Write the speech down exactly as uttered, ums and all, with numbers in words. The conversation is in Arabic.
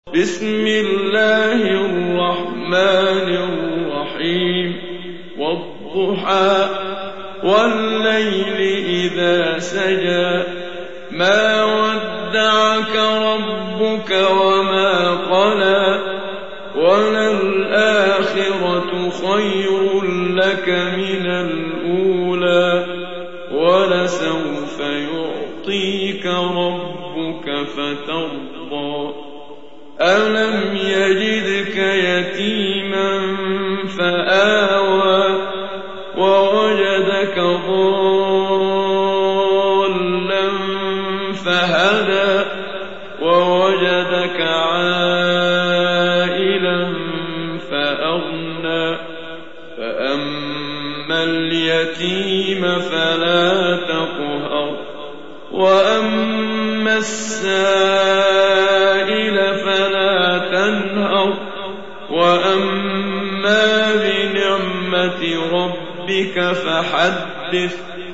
بسم الله الرحمن الرحيم والضحى والليل إذا سجى ما ودعك ربك وما قلى وللآخرة خير لك من الأولى ولسوف يعطيك ربك فترضى ألم يجدك يتيما فآوى ووجدك ضالا فهدى ووجدك عائلا فأغنى فأما اليتيم فلا تقهر وأما السائل فلا تنهر وأما بنعمة ربك فحدث